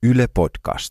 Yle Podcast.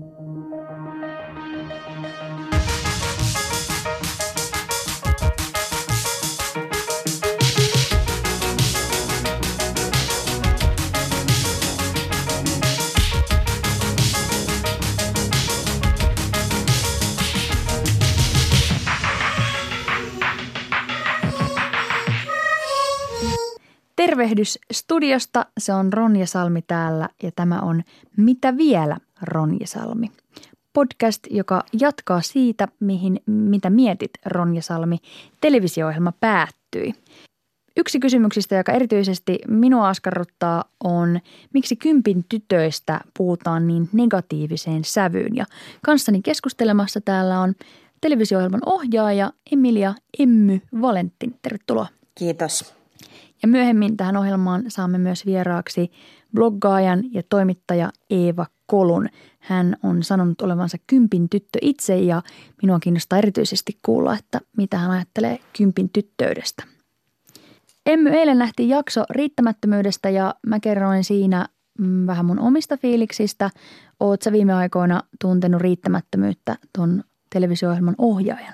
Tervehdys studiosta, se on Ronja Salmi täällä ja tämä on Mitä vielä, Ronja Salmi? Podcast, joka jatkaa siitä, mitä mietit, Ronja Salmi, televisio-ohjelma päättyi. Yksi kysymyksistä, joka erityisesti minua askarruttaa, on miksi Kympin tytöistä puhutaan niin negatiiviseen sävyyn. Ja kanssani keskustelemassa täällä on televisio-ohjelman ohjaaja Emilia Emmy Valentin. Tervetuloa. Kiitos. Ja myöhemmin tähän ohjelmaan saamme myös vieraaksi bloggaajan ja toimittaja Eeva Kolun. Hän on sanonut olevansa Kympin tyttö itse ja minua kiinnostaa erityisesti kuulla, että mitä hän ajattelee Kympin tyttöydestä. Emmy, eilen nähtiin jakso riittämättömyydestä ja mä kerroin siinä vähän mun omista fiiliksistä. Oot sä viime aikoina tuntenut riittämättömyyttä ton televisio-ohjelman ohjaajana?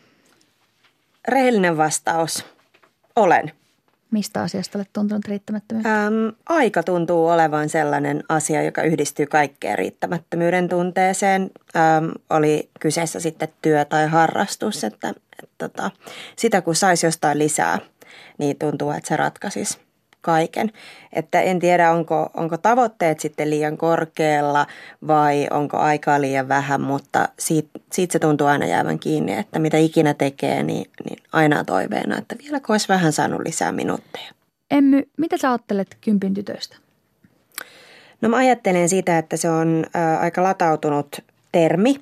Rehellinen vastaus. Olen. Mistä asiasta olet tuntunut riittämättömyyttä? Aika tuntuu olevan sellainen asia, joka yhdistyy kaikkeen riittämättömyyden tunteeseen. Oli kyseessä sitten työ tai harrastus, että sitä kun saisi jostain lisää, niin tuntuu, että se ratkaisisi kaiken. Että en tiedä, onko tavoitteet sitten liian korkealla vai onko aikaa liian vähän, mutta siitä se tuntuu aina jäävän kiinni, että mitä ikinä tekee, niin aina toiveena, että vielä kun olisi vähän saanut lisää minuutteja. Emmy, mitä sä ajattelet Kympin tytöistä? No mä ajattelen sitä, että se on aika latautunut termi,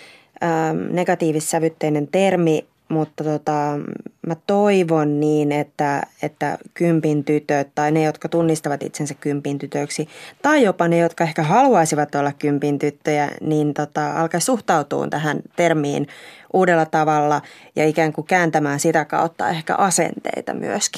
negatiivissävytteinen termi, mutta mä toivon niin, että Kympin tytöt tai ne, jotka tunnistavat itsensä Kympin tytöiksi tai jopa ne, jotka ehkä haluaisivat olla Kympin tyttöjä, niin alkaisi suhtautua tähän termiin uudella tavalla ja ikään kuin kääntämään sitä kautta ehkä asenteita myöskin.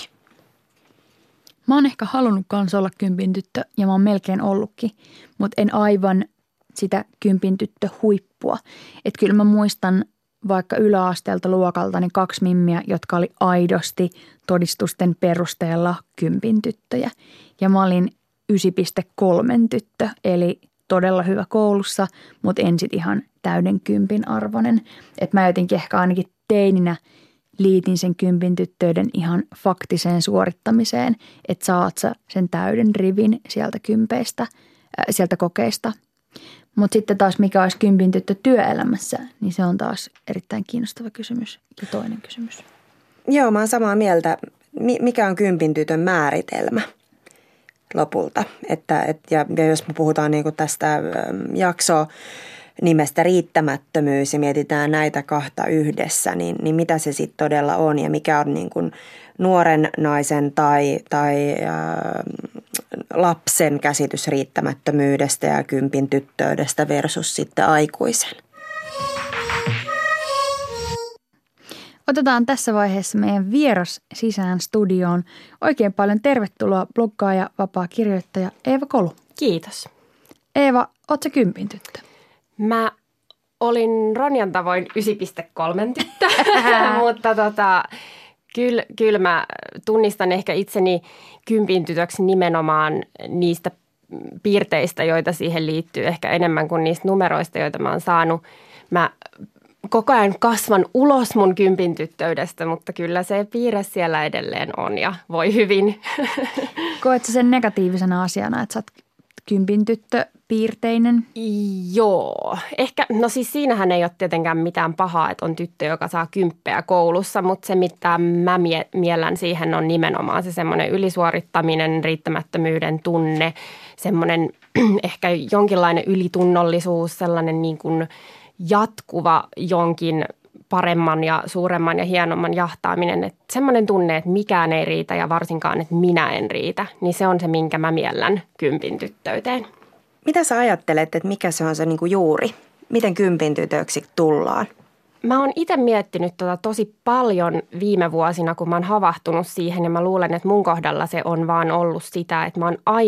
Mä oon ehkä halunnut kanssa olla Kympin tyttö ja mä oon melkein ollutkin, mutta en aivan sitä Kympin tyttö huippua. Että kyllä mä muistan vaikka yläasteelta luokaltani 2 mimmiä, jotka oli aidosti todistusten perusteella Kympin tyttöjä. Ja mä olin 9,3 tyttö, eli todella hyvä koulussa, mutta en sit ihan täyden 10 arvoinen. Että mä jotenkin ehkä ainakin teininä liitin sen 10 tyttöiden ihan faktiseen suorittamiseen, että saat sä sen täyden rivin sieltä kokeista. Mutta sitten taas mikä olisi Kympin tyttö työelämässä, niin se on taas erittäin kiinnostava kysymys ja toinen kysymys. Joo, mä oon samaa mieltä. Mikä on Kympin tytön määritelmä lopulta? Ja jos me puhutaan niinku tästä nimestä riittämättömyys ja mietitään näitä kahta yhdessä, niin mitä se sitten todella on ja mikä on niin kuin nuoren naisen tai lapsen käsitys riittämättömyydestä ja Kympin tyttöydestä versus sitten aikuisen. Otetaan tässä vaiheessa meidän vieras sisään studioon. Oikein paljon tervetuloa bloggaaja, vapaa kirjoittaja Eeva Kolu. Kiitos. Eeva, oot sä Kympin tyttö? Mä olin Ronjan tavoin 9,3 tyttö, mutta kyllä mä tunnistan ehkä itseni Kympin tytöksi nimenomaan niistä piirteistä, joita siihen liittyy ehkä enemmän kuin niistä numeroista, joita mä oon saanut. Mä koko ajan kasvan ulos mun Kympin tyttöydestä, mutta kyllä se piirre siellä edelleen on ja voi hyvin. Koet sä sen negatiivisena asiana, että sä oot Kympin tyttö piirteinen? Joo. Ehkä, no siis siinähän ei ole tietenkään mitään pahaa, että on tyttö, joka saa 10 koulussa, mutta se mitä mä miellän siihen on nimenomaan se semmoinen ylisuorittaminen, riittämättömyyden tunne, semmoinen ehkä jonkinlainen ylitunnollisuus, sellainen niin kuin jatkuva jonkin paremman ja suuremman ja hienomman jahtaaminen. Että semmoinen tunne, että mikään ei riitä ja varsinkaan, että minä en riitä, niin se on se, minkä mä miellän Kympin tyttöyteen. Mitä sä ajattelet, että mikä se on se niin kuin juuri? Miten Kympin tytöksi tullaan? Mä oon itse miettinyt tosi paljon viime vuosina, kun mä oon havahtunut siihen ja mä luulen, että mun kohdalla se on vaan ollut sitä, että mä oon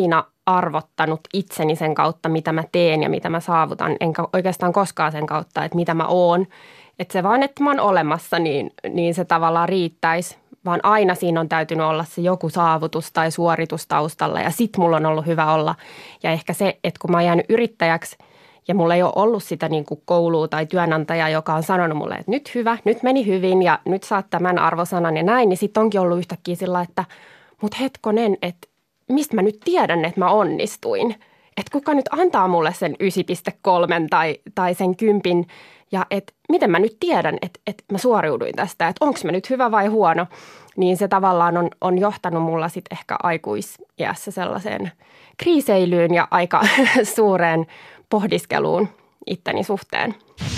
arvottanut itseni sen kautta, mitä mä teen ja mitä mä saavutan. Enkä oikeastaan koskaan sen kautta, että mitä mä oon. Että se vaan, että mä oon olemassa, niin se tavallaan riittäisi. Vaan aina siinä on täytynyt olla se joku saavutus tai suoritus taustalla ja sit mulla on ollut hyvä olla. Ja ehkä se, että kun mä oon jäänyt yrittäjäksi ja mulla ei ole ollut sitä niin kuin koulua tai työnantajaa, joka on sanonut mulle, että nyt hyvä, nyt meni hyvin ja nyt saat tämän arvosanan ja näin. Niin sitten onkin ollut yhtäkkiä sillä, että mut hetkonen, että mistä mä nyt tiedän, että mä onnistuin. Että kuka nyt antaa mulle sen 9,3 tai sen 10 ja että miten mä nyt tiedän, että mä suoriuduin tästä, että onko mä nyt hyvä vai huono. Niin se tavallaan on johtanut mulla sitten ehkä aikuisiässä sellaiseen kriiseilyyn ja aika suureen pohdiskeluun itteni suhteen.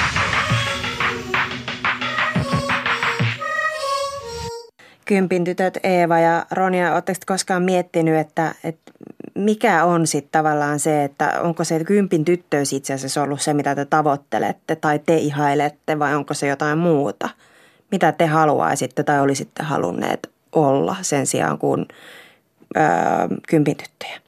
Kympin tytöt Eeva ja Ronja, oletteko koskaan miettinyt, että mikä on sitten tavallaan se, että onko se kympin tyttöys itse asiassa ollut se, mitä te tavoittelette tai te ihailette vai onko se jotain muuta? Mitä te haluaisitte tai olisitte halunneet olla sen sijaan kuin kympin tyttöjä?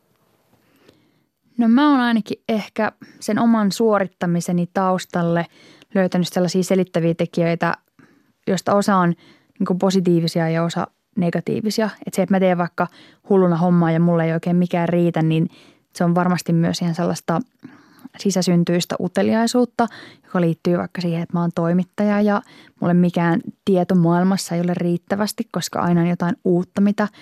No mä oon ainakin ehkä sen oman suorittamiseni taustalle löytänyt sellaisia selittäviä tekijöitä, joista osa on niin positiivisia ja osa negatiivisia. Että se, että mä teen vaikka hulluna hommaa ja mulle ei oikein mikään riitä, niin se on varmasti myös ihan sellaista sisäsyntyistä uteliaisuutta, joka liittyy vaikka siihen, että mä oon toimittaja ja mulle mikään tieto maailmassa ei ole riittävästi, koska aina on jotain uutta,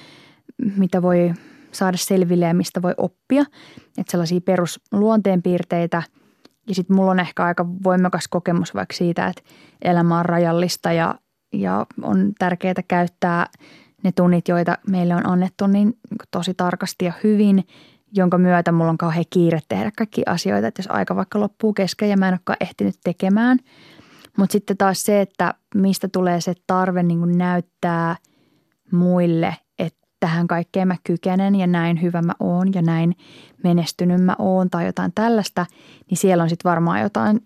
mitä voi saada selville ja mistä voi oppia. Että sellaisia perusluonteenpiirteitä. Ja sitten mulla on ehkä aika voimakas kokemus vaikka siitä, että elämä on rajallista ja on tärkeää käyttää ne tunnit, joita meille on annettu niin tosi tarkasti ja hyvin, jonka myötä mulla on kauhean kiire tehdä kaikkia asioita, että jos aika vaikka loppuu kesken ja mä en olekaan ehtinyt tekemään. Mutta sitten taas se, että mistä tulee se tarve niin kuin näyttää muille, että tähän kaikkeen mä kykenen ja näin hyvä mä oon ja näin menestynyt mä oon tai jotain tällaista, niin siellä on sitten varmaan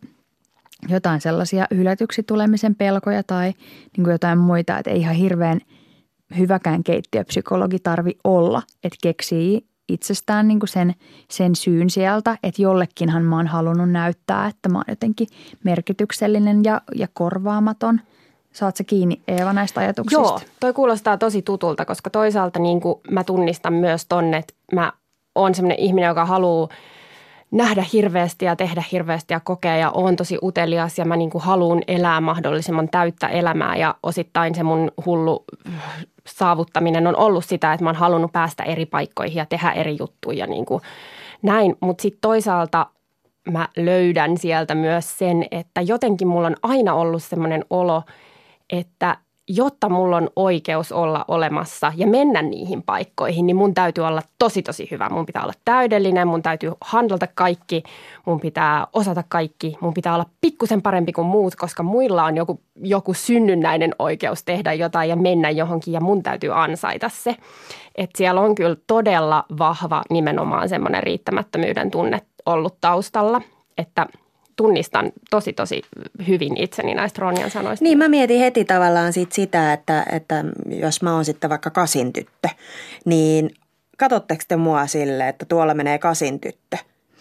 jotain sellaisia hylätyksi tulemisen pelkoja tai niin kuin jotain muita, että ei ihan hirveän hyväkään keittiöpsykologi tarvi olla, että keksii itsestään niin kuin sen syyn sieltä, että jollekinhan mä oon halunnut näyttää, että mä oon jotenkin merkityksellinen ja korvaamaton. Saat sä kiinni, Eeva, näistä ajatuksista? Joo, toi kuulostaa tosi tutulta, koska toisaalta niin kuin mä tunnistan myös tonne, että mä oon semmoinen ihminen, joka haluaa nähdä hirveästi ja tehdä hirveästi ja kokea ja oon tosi utelias ja mä niin kuin haluan elää mahdollisimman täyttä elämää ja osittain se mun hullu saavuttaminen on ollut sitä, että mä oon halunnut päästä eri paikkoihin ja tehdä eri juttuja ja niin kuin näin. Mutta sitten toisaalta mä löydän sieltä myös sen, että jotenkin mulla on aina ollut semmoinen olo, että jotta mulla on oikeus olla olemassa ja mennä niihin paikkoihin, niin mun täytyy olla tosi, tosi hyvä. Mun pitää olla täydellinen, mun täytyy handlata kaikki, mun pitää osata kaikki, mun pitää olla pikkusen parempi kuin muut, koska muilla on joku synnynnäinen oikeus tehdä jotain ja mennä johonkin ja mun täytyy ansaita se. Että siellä on kyllä todella vahva nimenomaan semmoinen riittämättömyyden tunne ollut taustalla, että tunnistan tosi, tosi hyvin itseni näistä Ronjan sanoista. Niin, mä mietin heti tavallaan sitä, että jos mä oon sitten vaikka kasintyttö, niin katsotteko te mua silleen, että tuolla menee kasintyttö?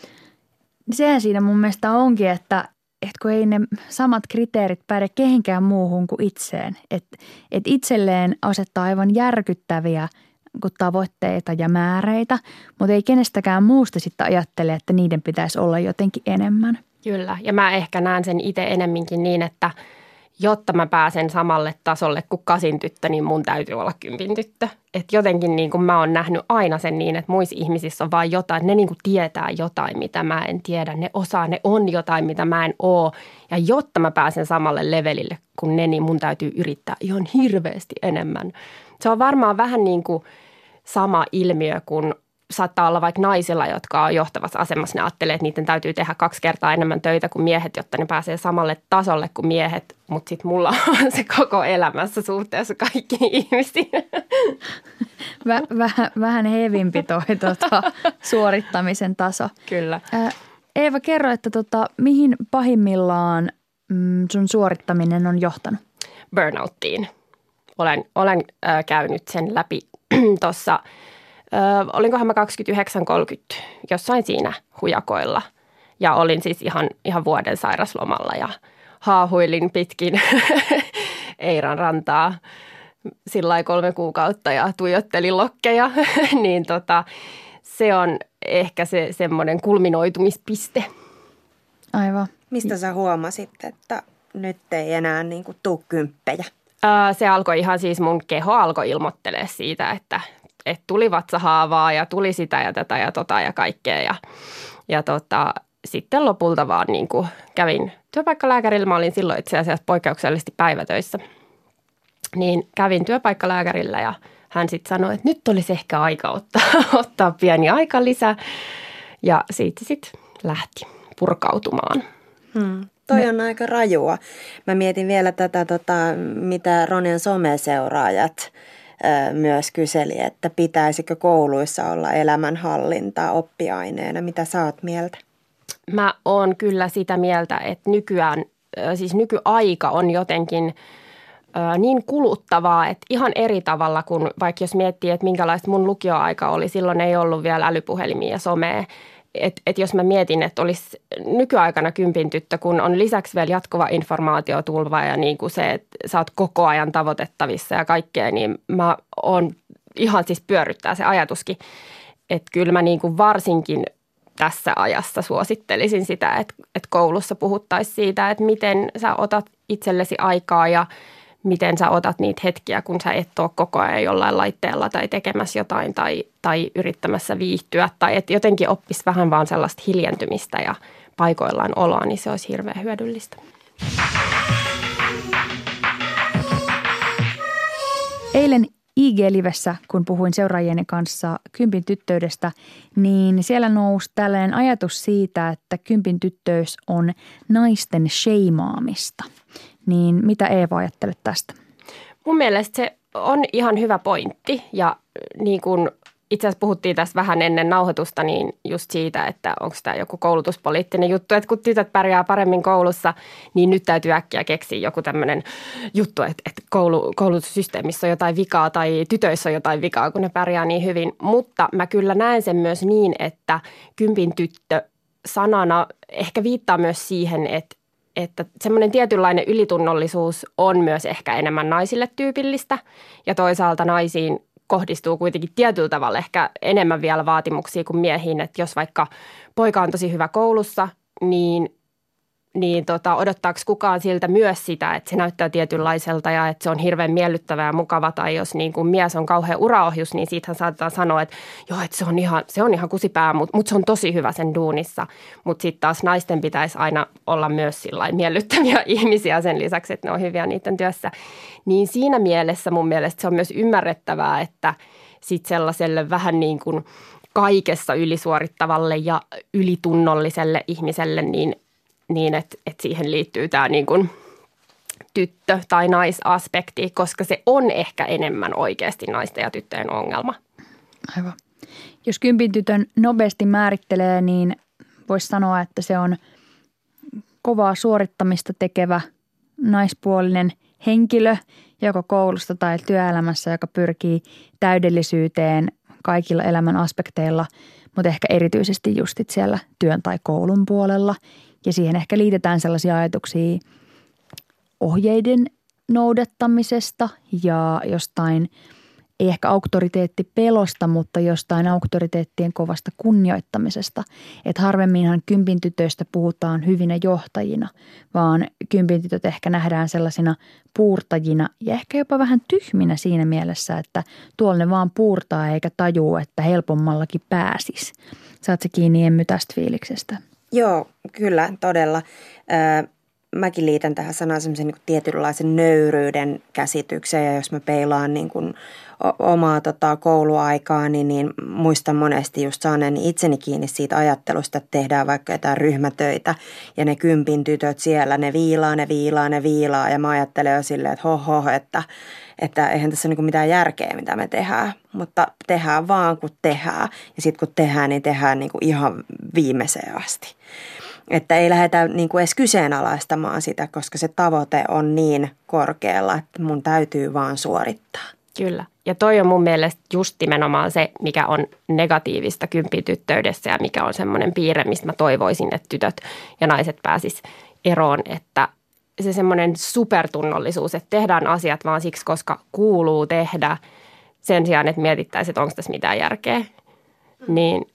Sehän siinä mun mielestä onkin, että kun ei ne samat kriteerit päde kehenkään muuhun kuin itseen. Että itselleen asettaa aivan järkyttäviä tavoitteita ja määreitä, mutta ei kenestäkään muusta sitten ajattele, että niiden pitäisi olla jotenkin enemmän. Kyllä, ja mä ehkä näen sen itse enemminkin niin, että jotta mä pääsen samalle tasolle kuin kasintyttö, niin mun täytyy olla kympintyttö. Että jotenkin niin kuin mä oon nähnyt aina sen niin, että muissa ihmisissä on vaan jotain, ne niin kuin tietää jotain, mitä mä en tiedä, ne osaa, ne on jotain, mitä mä en oo. Ja jotta mä pääsen samalle levelille kuin ne, niin mun täytyy yrittää ihan hirveästi enemmän. Se on varmaan vähän niin kuin sama ilmiö kuin saattaa olla vaikka naisilla, jotka on johtavassa asemassa. Ne ajattelee, että niiden täytyy tehdä 2 kertaa enemmän töitä kuin miehet, jotta ne pääsee samalle tasolle kuin miehet. Mutta sitten mulla on se koko elämässä suhteessa kaikkiin ihmisiin. Vähän hevimpi toi suorittamisen taso. Kyllä. Eeva, kerro, että mihin pahimmillaan sun suorittaminen on johtanut? Burnouttiin. Olen käynyt sen läpi tuossa Olinkohan mä 29-30 jossain siinä hujakoilla. Ja olin siis ihan vuoden sairaslomalla ja haahuilin pitkin Eiran rantaa sillai 3 kuukautta ja tuijottelin lokkeja. Niin se on ehkä se semmoinen kulminoitumispiste. Aivan. Mistä sä huomasit, että nyt ei enää niin kuin tuu kymppejä? Se alkoi ihan siis mun keho alkoi ilmoittelee siitä, että tuli vatsahaavaa ja tuli sitä ja tätä ja ja kaikkea. Ja sitten lopulta vaan niin kuin kävin työpaikkalääkärillä. Mä olin silloin itse asiassa poikkeuksellisesti päivätöissä. Niin kävin työpaikkalääkärillä ja hän sitten sanoi, että nyt olisi ehkä aika ottaa pieni aikalisä. Ja siitä sitten lähti purkautumaan. Toi on aika rajua. Mä mietin vielä tätä, mitä Ronian someseuraajat myös kyseli, että pitäisikö kouluissa olla elämänhallintaa oppiaineena. Mitä sä oot mieltä? Mä oon kyllä sitä mieltä, että nykyään, siis nykyaika on jotenkin niin kuluttavaa, että ihan eri tavalla kuin vaikka jos miettii, että minkälaista mun lukioaika oli, silloin ei ollut vielä älypuhelimia ja somea. Et jos mä mietin, että olisi nykyaikana kympin tyttö, kun on lisäksi vielä jatkuva informaatiotulva ja niin kuin se, että sä oot koko ajan tavoitettavissa ja kaikkea, niin mä oon ihan siis pyörryttää se ajatuskin, että kyllä mä niin kuin varsinkin tässä ajassa suosittelisin sitä, että koulussa puhuttaisiin siitä, että miten sä otat itsellesi aikaa ja miten sä otat niitä hetkiä, kun sä et ole koko ajan jollain laitteella tai tekemässä jotain tai yrittämässä viihtyä. Tai että jotenkin oppisi vähän vaan sellaista hiljentymistä ja paikoillaan oloa, niin se olisi hirveän hyödyllistä. Eilen IG-livessä, kun puhuin seuraajieni kanssa kympin tyttöydestä, niin siellä nousi tällainen ajatus siitä, että kympin tyttöys on naisten sheimaamista. Niin mitä Eeva ajattelet tästä? Mun mielestä se on ihan hyvä pointti ja niin kuin itse asiassa puhuttiin tässä vähän ennen nauhoitusta, niin just siitä, että onko tämä joku koulutuspoliittinen juttu, että kun tytöt pärjää paremmin koulussa, niin nyt täytyy äkkiä keksiä joku tämmöinen juttu, että koulutussysteemissä on jotain vikaa tai tytöissä on jotain vikaa, kun ne pärjää niin hyvin. Mutta mä kyllä näen sen myös niin, että kympin tyttö sanana ehkä viittaa myös siihen, että semmoinen tietynlainen ylitunnollisuus on myös ehkä enemmän naisille tyypillistä ja toisaalta naisiin kohdistuu kuitenkin tietyllä tavalla ehkä enemmän vielä vaatimuksia kuin miehiin, että jos vaikka poika on tosi hyvä koulussa, niin odottaako kukaan siltä myös sitä, että se näyttää tietynlaiselta ja että se on hirveän miellyttävää ja mukava. Tai jos niin kuin mies on kauhean uraohjus, niin siitähän saatetaan sanoa, että joo, että se on ihan kusipää, mutta se on tosi hyvä sen duunissa. Mutta sitten taas naisten pitäisi aina olla myös sillain miellyttäviä ihmisiä sen lisäksi, että ne on hyviä niiden työssä. Niin siinä mielessä mun mielestä se on myös ymmärrettävää, että sitten sellaiselle vähän niin kuin kaikessa ylisuorittavalle ja ylitunnolliselle ihmiselle, niin että siihen liittyy tämä niin kuin tyttö- tai naisaspekti, koska se on ehkä enemmän oikeasti naisten ja tyttöjen ongelma. Aivan. Jos kympin tytön nopeasti määrittelee, niin voisi sanoa, että se on kovaa suorittamista tekevä naispuolinen henkilö, joko koulusta tai työelämässä, joka pyrkii täydellisyyteen kaikilla elämän aspekteilla, mutta ehkä erityisesti justit siellä työn tai koulun puolella. Ja siihen ehkä liitetään sellaisia ajatuksia ohjeiden noudattamisesta ja jostain, ei ehkä auktoriteettipelosta, mutta jostain auktoriteettien kovasta kunnioittamisesta. Että harvemminhan kympin tytöistä puhutaan hyvinä johtajina, vaan kympin tytöt ehkä nähdään sellaisina puurtajina ja ehkä jopa vähän tyhminä siinä mielessä, että tuolla ne vaan puurtaa eikä tajuu, että helpommallakin pääsisi. Saat se kiinni Emmy tästä fiiliksestä? Joo, kyllä, todella. Mäkin liitän tähän sanaan semmoisen niin kuin tietynlaisen nöyryyden käsitykseen, ja jos mä peilaan niin kuin omaa kouluaikaani, niin muistan monesti just saaneeni itseni kiinni siitä ajattelusta, että tehdään vaikka jotain ryhmätöitä, ja ne kympin tytöt siellä, ne viilaa, ja mä ajattelen jo silleen, että että eihän tässä ole niin kuin mitään järkeä, mitä me tehdään, mutta tehdään vaan kun tehdään, ja sitten kun tehdään, niin tehdään niin kuin ihan viimeiseen asti. Että ei lähdetä niin kuin edes kyseenalaistamaan sitä, koska se tavoite on niin korkealla, että mun täytyy vaan suorittaa. Kyllä. Ja toi on mun mielestä just nimenomaan se, mikä on negatiivista kympityttöydessä ja mikä on semmoinen piirre, mistä mä toivoisin, että tytöt ja naiset pääsis eroon, että se semmoinen supertunnollisuus, että tehdään asiat vaan siksi, koska kuuluu tehdä sen sijaan, että mietittäisiin, että onko tässä mitään järkeä, niin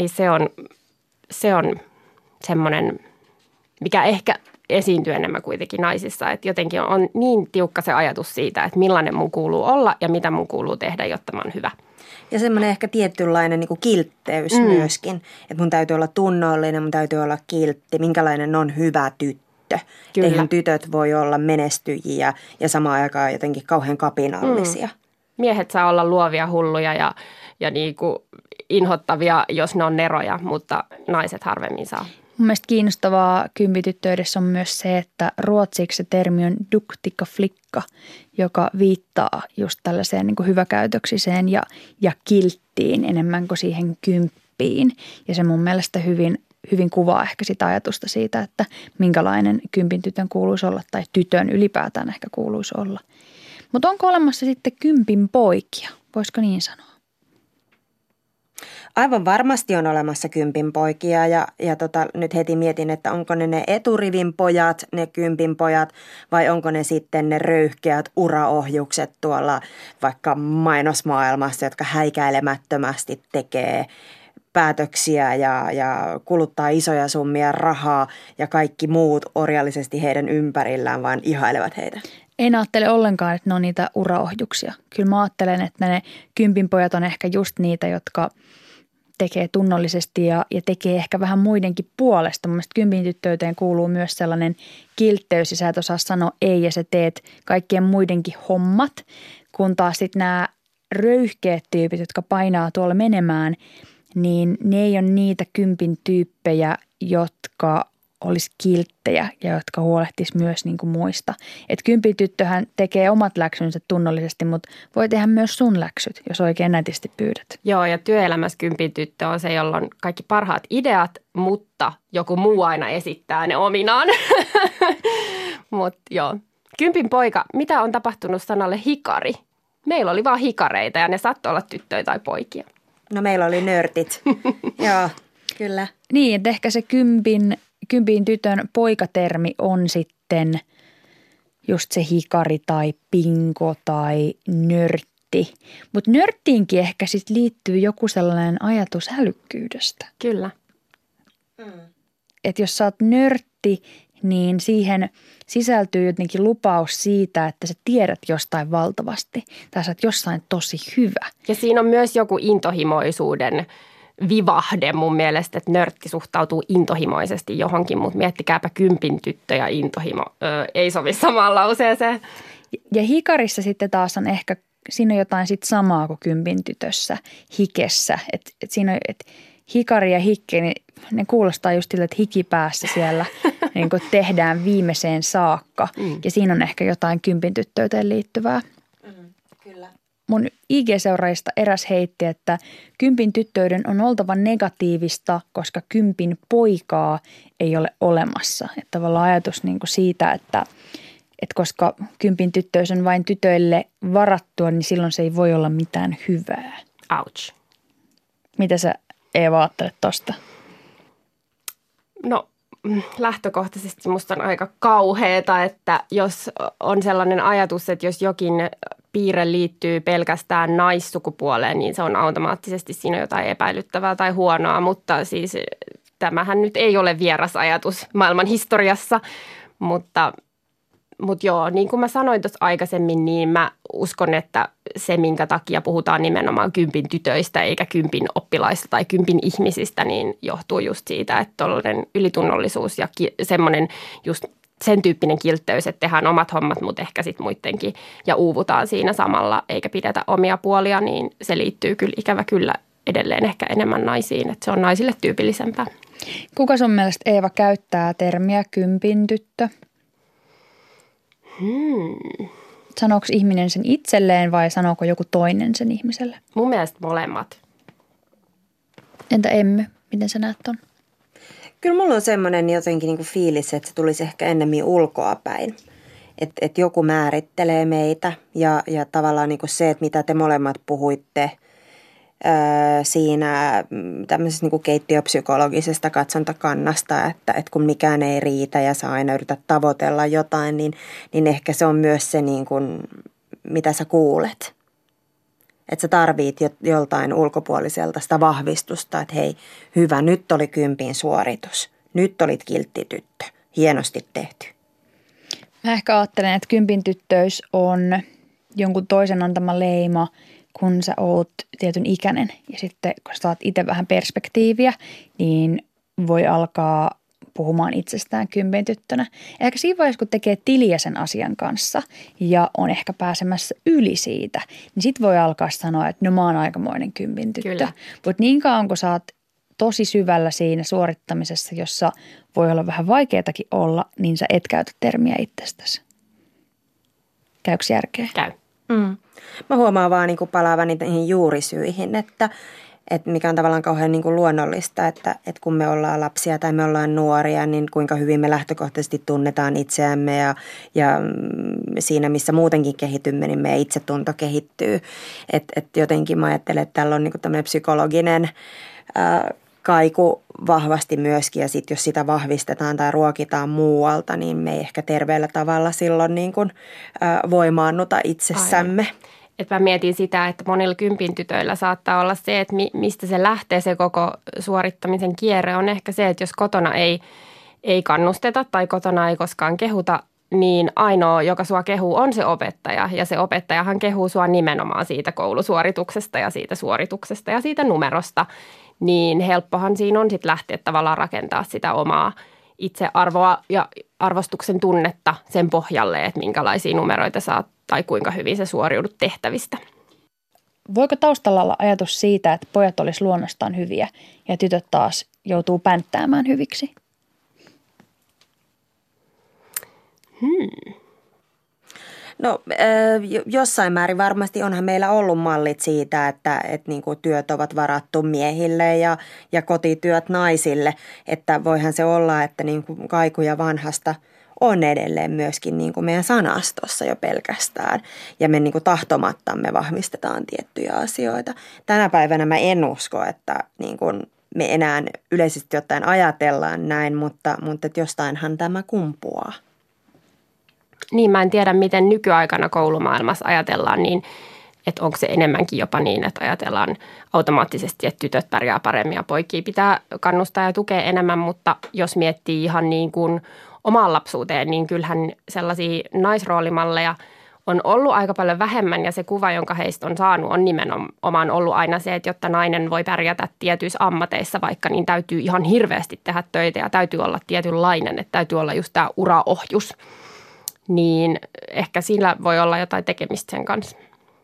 se on semmoinen, mikä ehkä esiintyy enemmän kuitenkin naisissa, että jotenkin on niin tiukka se ajatus siitä, että millainen mun kuuluu olla ja mitä mun kuuluu tehdä, jotta mä oon hyvä. Ja semmoinen ehkä tietynlainen niin kuin kiltteys myöskin, että mun täytyy olla tunnollinen, mun täytyy olla kiltti, minkälainen on hyvä tyttö. Eihän tytöt voi olla menestyjiä ja samaan aikaan jotenkin kauhean kapinallisia. Miehet saa olla luovia, hulluja ja niin kuin inhottavia, jos ne on neroja, mutta naiset harvemmin saa. Mun mielestä kiinnostavaa kympityttöydessä on myös se, että ruotsiksi se termi on duktika flikka, joka viittaa just tällaiseen niin kuin hyväkäytöksiseen ja kilttiin enemmän kuin siihen kymppiin. Ja se mun mielestä hyvin kuvaa ehkä sitä ajatusta siitä, että minkälainen kympin tytön kuuluisi olla tai tytön ylipäätään ehkä kuuluisi olla. Mutta onko olemassa sitten kympin poikia? Voisiko niin sanoa? Aivan varmasti on olemassa kympin poikia ja nyt heti mietin, että onko ne eturivin pojat, ne kympin pojat vai onko ne sitten ne röyhkeät uraohjukset tuolla vaikka mainosmaailmassa, jotka häikäilemättömästi tekee päätöksiä ja kuluttaa isoja summia rahaa ja kaikki muut orjallisesti heidän ympärillään vaan ihailevat heitä. En ajattele ollenkaan, että ne on niitä uraohjuksia. Kyllä mä ajattelen, että ne kympinpojat on ehkä just niitä, jotka tekee tunnollisesti ja tekee ehkä vähän muidenkin puolesta. Mun mielestä kympintyttöyteen kuuluu myös sellainen kiltteys ja sä et osaa sanoa ei ja sä teet kaikkien muidenkin hommat, kun taas sitten nämä röyhkeät tyypit, jotka painaa tuolla menemään, niin ne ei ole niitä kympin tyyppejä, jotka olisi kilttejä ja jotka huolehtis myös niin kuin muista. Että kympityttöhän tekee omat läksynsä tunnollisesti, mutta voi tehdä myös sun läksyt, jos oikein nätisti pyydät. Joo, ja työelämässä kympityttö on se, jolla on kaikki parhaat ideat, mutta joku muu aina esittää ne ominaan. Mutta joo. Kympin poika, mitä on tapahtunut sanalle hikari? Meillä oli vaan hikareita ja ne saattoi olla tyttöjä tai poikia. No meillä oli nörtit. Joo, kyllä. Niin, että ehkä se kympin tytön poikatermi on sitten just se hikari tai pinko tai nörtti. Mutta nörttiinkin ehkä sitten liittyy joku sellainen ajatus älykkyydestä. Kyllä. Että jos sä oot nörtti, niin siihen sisältyy jotenkin lupaus siitä, että sä tiedät jostain valtavasti tai sä oot jossain tosi hyvä. Ja siinä on myös joku intohimoisuuden vivahde mun mielestä, että nörtti suhtautuu intohimoisesti johonkin, mutta miettikääpä kympin tyttö ja intohimo. Ei sovi samaan lauseeseen. Ja hikarissa sitten taas on ehkä, siinä on jotain sit samaa kuin kympin tytössä, hikessä. Et siinä on, hikari ja hikki, niin ne kuulostaa just sillä, että hiki päässä siellä niin kuin tehdään viimeiseen saakka. Ja siinä on ehkä jotain kympin tyttöyteen liittyvää. Kyllä. Mun IG-seuraajista eräs heitti, että kympin tyttöyden on oltava negatiivista, koska kympin poikaa ei ole olemassa. Että tavallaan ajatus niin kuin siitä, että koska kympin tyttöys on vain tytöille varattua, niin silloin se ei voi olla mitään hyvää. Ouch. Mitä sä Eeva ajattelet tosta? No lähtökohtaisesti musta on aika kauheeta, että jos on sellainen ajatus, että jos jokin piirre liittyy pelkästään naissukupuoleen, niin se on automaattisesti siinä jotain epäilyttävää tai huonoa, mutta siis tämähän nyt ei ole vieras ajatus maailman historiassa, mutta joo, niin kuin mä sanoin tuossa aikaisemmin, niin mä uskon, että se, minkä takia puhutaan nimenomaan kympin tytöistä eikä kympin oppilaista tai kympin ihmisistä, niin johtuu just siitä, että tuollainen ylitunnollisuus ja semmoinen just sen tyyppinen kiltteys, että tehdään omat hommat, mutta ehkä sitten muidenkin ja uuvutaan siinä samalla eikä pidetä omia puolia, niin se liittyy kyllä ikävä kyllä edelleen ehkä enemmän naisiin, että se on naisille tyypillisempää. Kuka sun mielestä Eeva käyttää termiä kympin tyttö? Sanooko ihminen sen itselleen vai sanooko joku toinen sen ihmiselle? Mun mielestä molemmat. Entä Emmy, miten sä näet ton? Kyllä mulla on semmoinen jotenkin niin kuin fiilis, että se tulisi ehkä ennemmin ulkoapäin. että joku määrittelee meitä ja tavallaan niin kuin se, että mitä te molemmat puhuitte siinä tämmöisestä niin kuin keittiöpsykologisesta katsontakannasta, että kun mikään ei riitä ja sä aina yrität tavoitella jotain, niin ehkä se on myös se, niin kuin, mitä sä kuulet. Että sä tarvit joltain ulkopuoliselta sitä vahvistusta, että hei, hyvä, nyt oli 10 suoritus. Nyt olit kiltti tyttö. Hienosti tehty. Mä ehkä ajattelen, että 10 tyttöys on jonkun toisen antama leima, kun sä oot tietyn ikäinen. Ja sitten kun sä saat itse vähän perspektiiviä, niin voi alkaa puhumaan itsestään 10 tyttönä. Ehkä siinä vaiheessa, kun tekee tiliä sen asian kanssa ja on ehkä pääsemässä yli siitä, niin sit voi alkaa sanoa, että no mä oon aikamoinen 10 tyttö. Mutta niin kauan, kun sä oot tosi syvällä siinä suorittamisessa, jossa voi olla vähän vaikeatakin olla, niin sä et käytä termiä itsestäsi. Käykö järkeä? Käy. Mä huomaan vaan niin kuin palaavani niihin juurisyihin, että mikä on tavallaan kauhean niin kuin luonnollista, että kun me ollaan lapsia tai me ollaan nuoria, niin kuinka hyvin me lähtökohtaisesti tunnetaan itseämme ja siinä, missä muutenkin kehitymme, niin meidän itsetunto kehittyy. Että jotenkin mä ajattelen, että tällä on niin kuin tämmöinen psykologinen kaiku vahvasti myöskin ja sitten jos sitä vahvistetaan tai ruokitaan muualta, niin me ei ehkä terveellä tavalla silloin niin kuin voimaannuta itsessämme. Että mä mietin sitä, että monilla 10 tytöillä saattaa olla se, että mistä se lähtee se koko suorittamisen kierre on ehkä se, että jos kotona ei kannusteta tai kotona ei koskaan kehuta, niin ainoa, joka sua kehuu, on se opettaja. Ja se opettajahan kehuu sua nimenomaan siitä koulusuorituksesta ja siitä suorituksesta ja siitä numerosta. Niin helppohan siinä on sitten lähteä tavallaan rakentaa sitä omaa itsearvoa ja arvostuksen tunnetta sen pohjalle, että minkälaisia numeroita saat tai kuinka hyvin sä suoriudut tehtävistä. Voiko taustalla olla ajatus siitä, että pojat olisi luonnostaan hyviä ja tytöt taas joutuu pänttäämään hyviksi? No jossain määrin varmasti onhan meillä ollut mallit siitä, että niin kuin työt ovat varattu miehille ja kotityöt naisille. Että voihan se olla, että niin kuin kaikuja vanhasta on edelleen myöskin niin kuin meidän sanastossa jo pelkästään. Ja me niin kuin tahtomattamme vahvistetaan tiettyjä asioita. Tänä päivänä mä en usko, että niin kuin me enää yleisesti ottaen ajatellaan näin, mutta että jostainhan tämä kumpuaa. Niin, mä en tiedä, miten nykyaikana koulumaailmassa ajatellaan niin, että onko se enemmänkin jopa niin, että ajatellaan automaattisesti, että tytöt pärjää paremmin ja poikia pitää kannustaa ja tukea enemmän, mutta jos miettii ihan niin kuin omaan lapsuuteen, niin kyllähän sellaisia naisroolimalleja on ollut aika paljon vähemmän ja se kuva, jonka heistä on saanut, on nimenomaan ollut aina se, että jotta nainen voi pärjätä tietyissä ammateissa vaikka, niin täytyy ihan hirveästi tehdä töitä ja täytyy olla tietynlainen, että täytyy olla just tämä uraohjus. Niin ehkä sillä voi olla jotain tekemistä sen kanssa.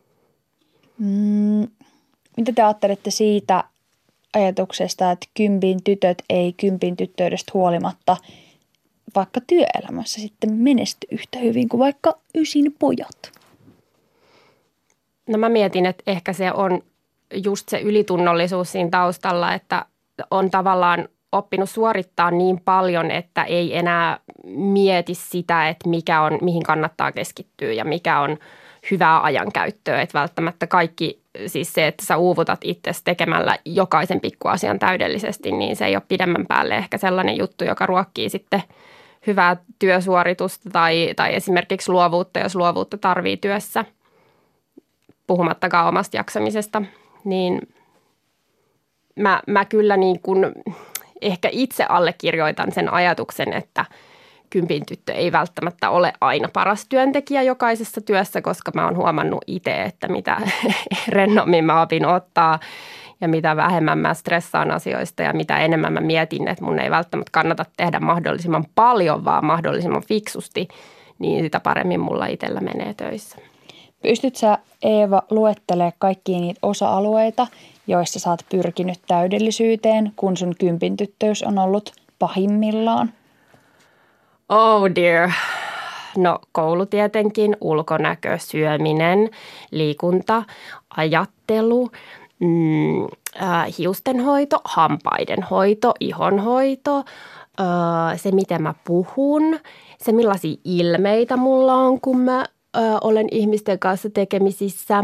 Mitä te ajattelette siitä ajatuksesta, että 10 tytöt ei 10 tyttöydestä huolimatta vaikka työelämässä sitten menesty yhtä hyvin kuin vaikka 9 pojat? No mä mietin, että ehkä se on just se ylitunnollisuus siinä taustalla, että on tavallaan oppinut suorittaa niin paljon, että ei enää mieti sitä, että mihin kannattaa keskittyä ja mikä on hyvää ajankäyttöä. Että välttämättä kaikki, siis se, että sä uuvutat itsesi tekemällä jokaisen pikkuasian täydellisesti, niin se ei ole pidemmän päälle ehkä sellainen juttu, joka ruokkii sitten hyvää työsuoritusta tai esimerkiksi luovuutta, jos luovuutta tarvii työssä, puhumattakaan omasta jaksamisesta, niin mä kyllä niin kuin ehkä itse allekirjoitan sen ajatuksen, että 10 tyttö ei välttämättä ole aina paras työntekijä jokaisessa työssä, koska mä oon huomannut itse, että mitä rennommin mä opin ottaa ja mitä vähemmän mä stressaan asioista ja mitä enemmän mä mietin, että mun ei välttämättä kannata tehdä mahdollisimman paljon, vaan mahdollisimman fiksusti, niin sitä paremmin mulla itsellä menee töissä. Pystyt sä, Eeva, luettelemaan kaikkia niitä osa-alueita, joissa sä oot pyrkinyt täydellisyyteen, kun sun 10 tyttöys on ollut pahimmillaan? Oh dear. No koulu tietenkin, ulkonäkö, syöminen, liikunta, ajattelu, hiustenhoito, hampaidenhoito, ihonhoito, se miten mä puhun, se millaisia ilmeitä mulla on, kun mä olen ihmisten kanssa tekemisissä,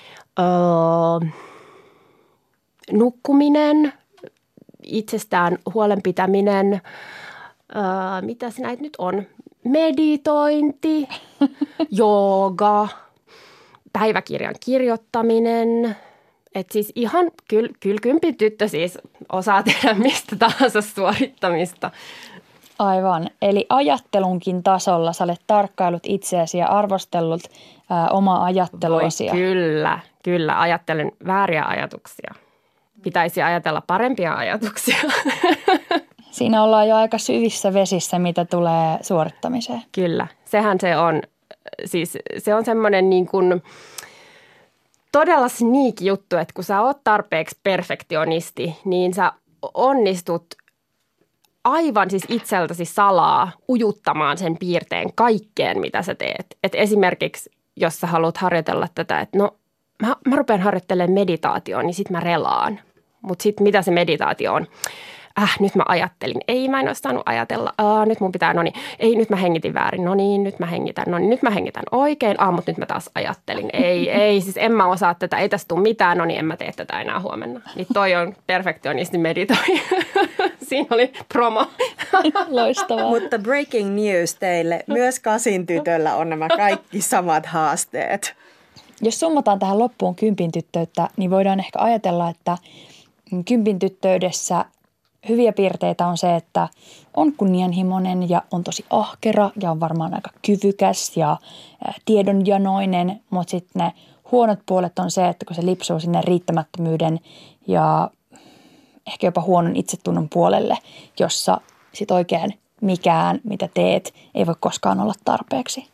nukkuminen, itsestään huolenpitäminen, mitäs näitä nyt on, meditointi, jooga, päiväkirjan kirjoittaminen. Että siis ihan kyllä kympin tyttö siis osaa tehdä mistä tahansa suorittamista. Aivan. Eli ajattelunkin tasolla sä olet tarkkailut itseäsi ja arvostellut omaa ajatteluasi. Kyllä. Ajattelen vääriä ajatuksia. Pitäisi ajatella parempia ajatuksia. Siinä ollaan jo aika syvissä vesissä, mitä tulee suorittamiseen. Kyllä. Sehän se on. Siis se on semmoinen niin kuin todella sneak juttu, että kun sä oot tarpeeksi perfektionisti, niin sä onnistut aivan siis itseltäsi salaa ujuttamaan sen piirteen kaikkeen, mitä sä teet. Et esimerkiksi, jos sä haluat harjoitella tätä, että no mä rupean harjoittelemaan meditaatioon, niin sit mä relaan. Mutta sitten mitä se meditaatio on? Nyt mä ajattelin. Ei, mä en ole saanut ajatella. Nyt mun pitää, ei, nyt mä hengitin väärin. Nyt mä hengitän. Nyt mä hengitän oikein. Mutta nyt mä taas ajattelin. Ei, siis en mä osaa tätä. Ei tästä tule mitään. En mä tee tätä enää huomenna. Niin toi on perfektionisti meditoi. Siinä oli promo. Loistavaa. Mutta breaking news teille. Myös 8 tytöllä on nämä kaikki samat haasteet. Jos summataan tähän loppuun 10 tyttöyttä, niin voidaan ehkä ajatella, että 10 tyttöydessä hyviä piirteitä on se, että on kunnianhimoinen ja on tosi ahkera ja on varmaan aika kyvykäs ja tiedonjanoinen, mutta sitten ne huonot puolet on se, että kun se lipsuu sinne riittämättömyyden ja ehkä jopa huonon itsetunnon puolelle, jossa sitten oikein mikään, mitä teet, ei voi koskaan olla tarpeeksi.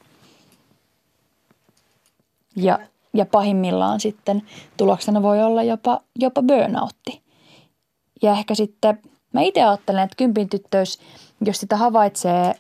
Ja pahimmillaan sitten tuloksena voi olla jopa burnoutti. Ja ehkä sitten mä itse ajattelen, että 10 tyttöys, jos sitä havaitsee,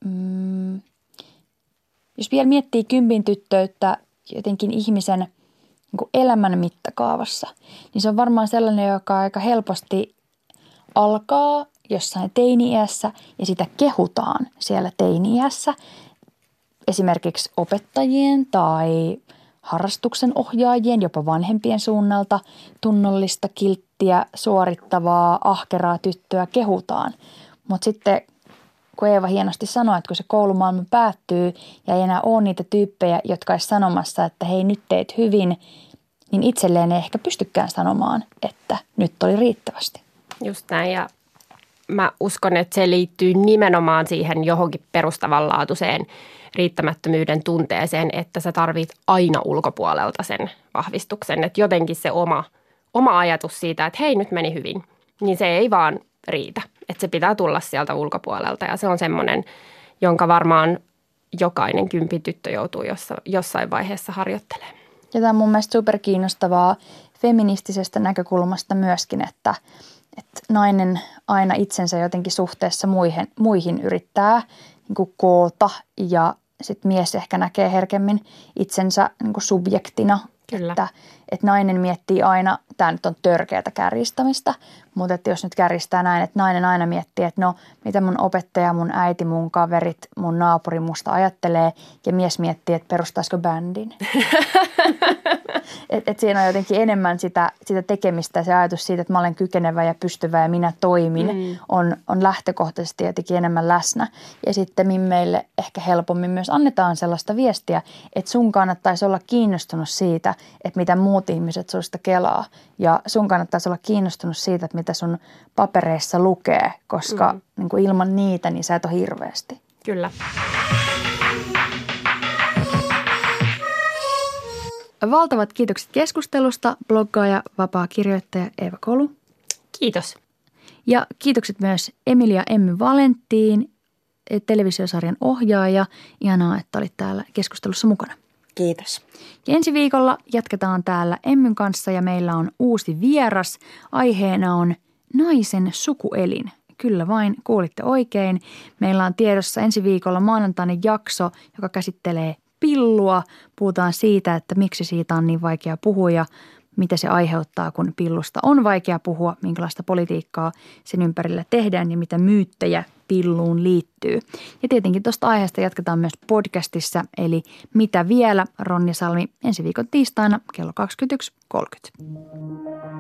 jos vielä miettii 10 tyttöyttä jotenkin ihmisen niin elämän mittakaavassa, niin se on varmaan sellainen, joka aika helposti alkaa jossain teini-iässä ja sitä kehutaan siellä teini-iässä. Esimerkiksi opettajien tai harrastuksen ohjaajien, jopa vanhempien suunnalta tunnollista, kilttiä, suorittavaa, ahkeraa tyttöä kehutaan. Mutta sitten, kun Eeva hienosti sanoi, että kun se koulumaailma päättyy ja ei enää ole niitä tyyppejä, jotka olisi sanomassa, että hei nyt teet hyvin, niin itselleen ei ehkä pystykään sanomaan, että nyt oli riittävästi. Just näin, ja mä uskon, että se liittyy nimenomaan siihen johonkin perustavanlaatuiseen riittämättömyyden tunteeseen, että sä tarvit aina ulkopuolelta sen vahvistuksen. Että jotenkin se oma ajatus siitä, että hei nyt meni hyvin, niin se ei vaan riitä. Että se pitää tulla sieltä ulkopuolelta ja se on semmoinen, jonka varmaan jokainen 10 tyttö joutuu jossain vaiheessa harjoittelemaan. Ja tämä on mun mielestä superkiinnostavaa feministisestä näkökulmasta myöskin, että nainen aina itsensä jotenkin suhteessa muihin yrittää niin kuin koota ja sitten mies ehkä näkee herkemmin itsensä niin kuin subjektina. Kyllä. Että nainen miettii aina, tämä nyt on törkeätä kärjistämistä, mutta että jos nyt kärjistää näin, että nainen aina miettii, että no mitä mun opettaja, mun äiti, mun kaverit, mun naapuri musta ajattelee ja mies miettii, että perustaisiko bändin. Et siinä on jotenkin enemmän sitä tekemistä ja se ajatus siitä, että mä olen kykenevä ja pystyvä ja minä toimin on lähtökohtaisesti jotenkin enemmän läsnä. Ja sitten meille ehkä helpommin myös annetaan sellaista viestiä, että sun kannattaisi olla kiinnostunut siitä, että mitä muut ihmiset susta kelaa. Ja sun kannattaisi olla kiinnostunut siitä, että mitä sun papereissa lukee, koska niin kuin ilman niitä niin sä et ole hirveästi. Kyllä. Valtavat kiitokset keskustelusta, bloggaaja, vapaa kirjoittaja Eeva Kolu. Kiitos. Ja kiitokset myös Emilia Emmy Valentiin, televisiosarjan ohjaaja. Ihanaa, että olit täällä keskustelussa mukana. Kiitos. Ja ensi viikolla jatketaan täällä Emmyn kanssa ja meillä on uusi vieras. Aiheena on naisen sukuelin. Kyllä vain, kuulitte oikein. Meillä on tiedossa ensi viikolla maanantainen jakso, joka käsittelee pillua. Puhutaan siitä, että miksi siitä on niin vaikea puhua ja mitä se aiheuttaa, kun pillusta on vaikea puhua, minkälaista politiikkaa sen ympärillä tehdään ja mitä myyttejä pilluun liittyy. Ja tietenkin tuosta aiheesta jatketaan myös podcastissa, eli Mitä vielä? Ronja Salmi ensi viikon tiistaina kello 21.30.